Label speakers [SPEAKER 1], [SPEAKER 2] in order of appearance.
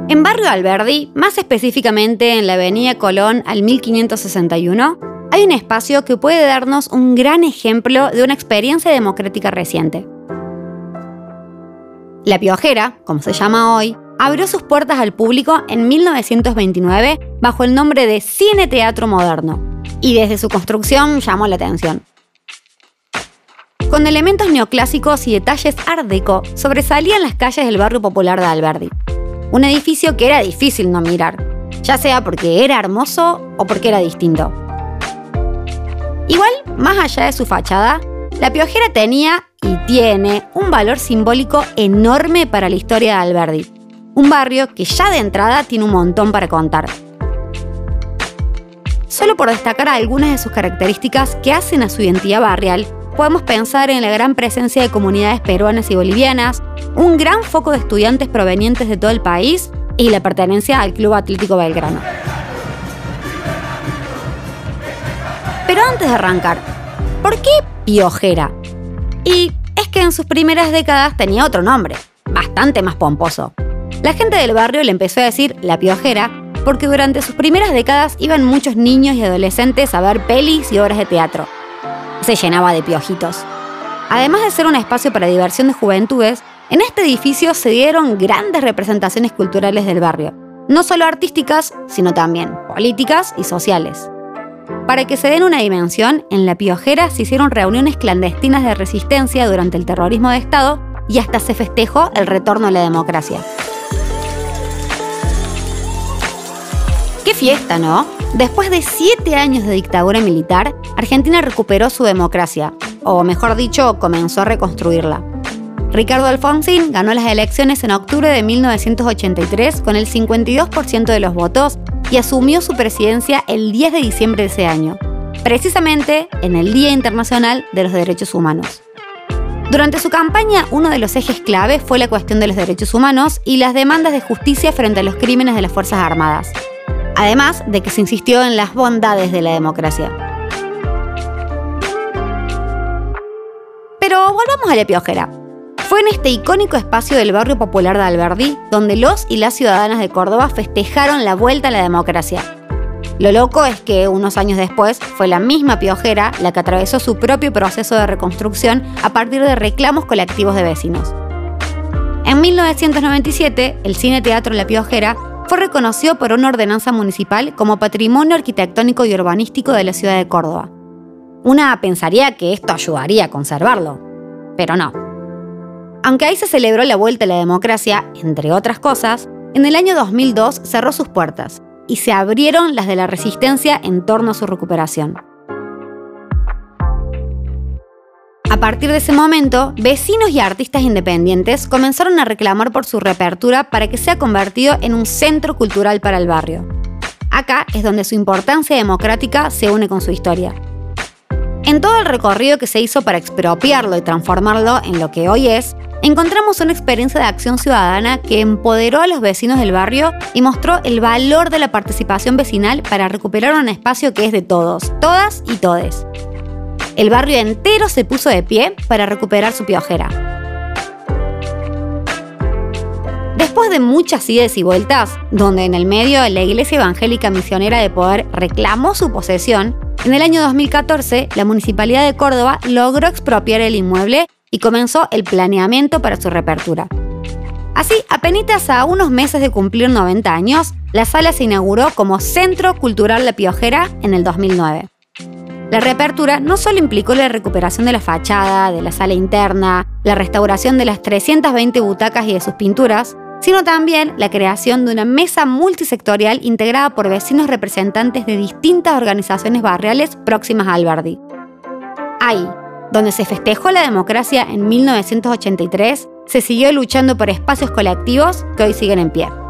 [SPEAKER 1] En Barrio Alberdi, más específicamente en la avenida Colón al 1561, hay un espacio que puede darnos un gran ejemplo de una experiencia democrática reciente. La Piojera, como se llama hoy, abrió sus puertas al público en 1929 bajo el nombre de Cine Teatro Moderno, y desde su construcción llamó la atención. Con elementos neoclásicos y detalles art déco, sobresalían las calles del barrio popular de Alberdi. Un edificio que era difícil no mirar, ya sea porque era hermoso o porque era distinto. Igual, más allá de su fachada, la Piojera tenía y tiene un valor simbólico enorme para la historia de Alberdi, un barrio que ya de entrada tiene un montón para contar. Solo por destacar algunas de sus características que hacen a su identidad barrial, podemos pensar en la gran presencia de comunidades peruanas y bolivianas, un gran foco de estudiantes provenientes de todo el país y la pertenencia al Club Atlético Belgrano. Pero antes de arrancar, ¿por qué Piojera? Y es que en sus primeras décadas tenía otro nombre, bastante más pomposo. La gente del barrio le empezó a decir La Piojera porque durante sus primeras décadas iban muchos niños y adolescentes a ver pelis y obras de teatro. Se llenaba de piojitos. Además de ser un espacio para diversión de juventudes, en este edificio se dieron grandes representaciones culturales del barrio, no solo artísticas, sino también políticas y sociales. Para que se den una dimensión, en La Piojera se hicieron reuniones clandestinas de resistencia durante el terrorismo de Estado y hasta se festejó el retorno a la democracia. ¡Qué fiesta!, ¿no? Después de 7 años de dictadura militar, Argentina recuperó su democracia, o mejor dicho, comenzó a reconstruirla. Ricardo Alfonsín ganó las elecciones en octubre de 1983 con el 52% de los votos y asumió su presidencia el 10 de diciembre de ese año, precisamente en el Día Internacional de los Derechos Humanos. Durante su campaña, uno de los ejes clave fue la cuestión de los derechos humanos y las demandas de justicia frente a los crímenes de las Fuerzas Armadas, además de que se insistió en las bondades de la democracia. Pero volvamos a La Piojera. Fue en este icónico espacio del barrio popular de Alberdi donde los y las ciudadanas de Córdoba festejaron la vuelta a la democracia. Lo loco es que unos años después fue la misma Piojera la que atravesó su propio proceso de reconstrucción a partir de reclamos colectivos de vecinos. En 1997, el Cine Teatro La Piojera fue reconocido por una ordenanza municipal como Patrimonio Arquitectónico y Urbanístico de la ciudad de Córdoba. Una pensaría que esto ayudaría a conservarlo, pero no. Aunque ahí se celebró la vuelta a la democracia, entre otras cosas, en el año 2002 cerró sus puertas y se abrieron las de la resistencia en torno a su recuperación. A partir de ese momento, vecinos y artistas independientes comenzaron a reclamar por su reapertura para que sea convertido en un centro cultural para el barrio. Acá es donde su importancia democrática se une con su historia. En todo el recorrido que se hizo para expropiarlo y transformarlo en lo que hoy es, encontramos una experiencia de acción ciudadana que empoderó a los vecinos del barrio y mostró el valor de la participación vecinal para recuperar un espacio que es de todos, todas y todes. El barrio entero se puso de pie para recuperar su Piojera. Después de muchas idas y vueltas, donde en el medio la Iglesia Evangélica Misionera de Poder reclamó su posesión, en el año 2014 la Municipalidad de Córdoba logró expropiar el inmueble y comenzó el planeamiento para su reapertura. Así, apenas a unos meses de cumplir 90 años, la sala se inauguró como Centro Cultural La Piojera en el 2009. La reapertura no solo implicó la recuperación de la fachada, de la sala interna, la restauración de las 320 butacas y de sus pinturas, sino también la creación de una mesa multisectorial integrada por vecinos representantes de distintas organizaciones barriales próximas a Alberdi. Ahí, donde se festejó la democracia en 1983, se siguió luchando por espacios colectivos que hoy siguen en pie.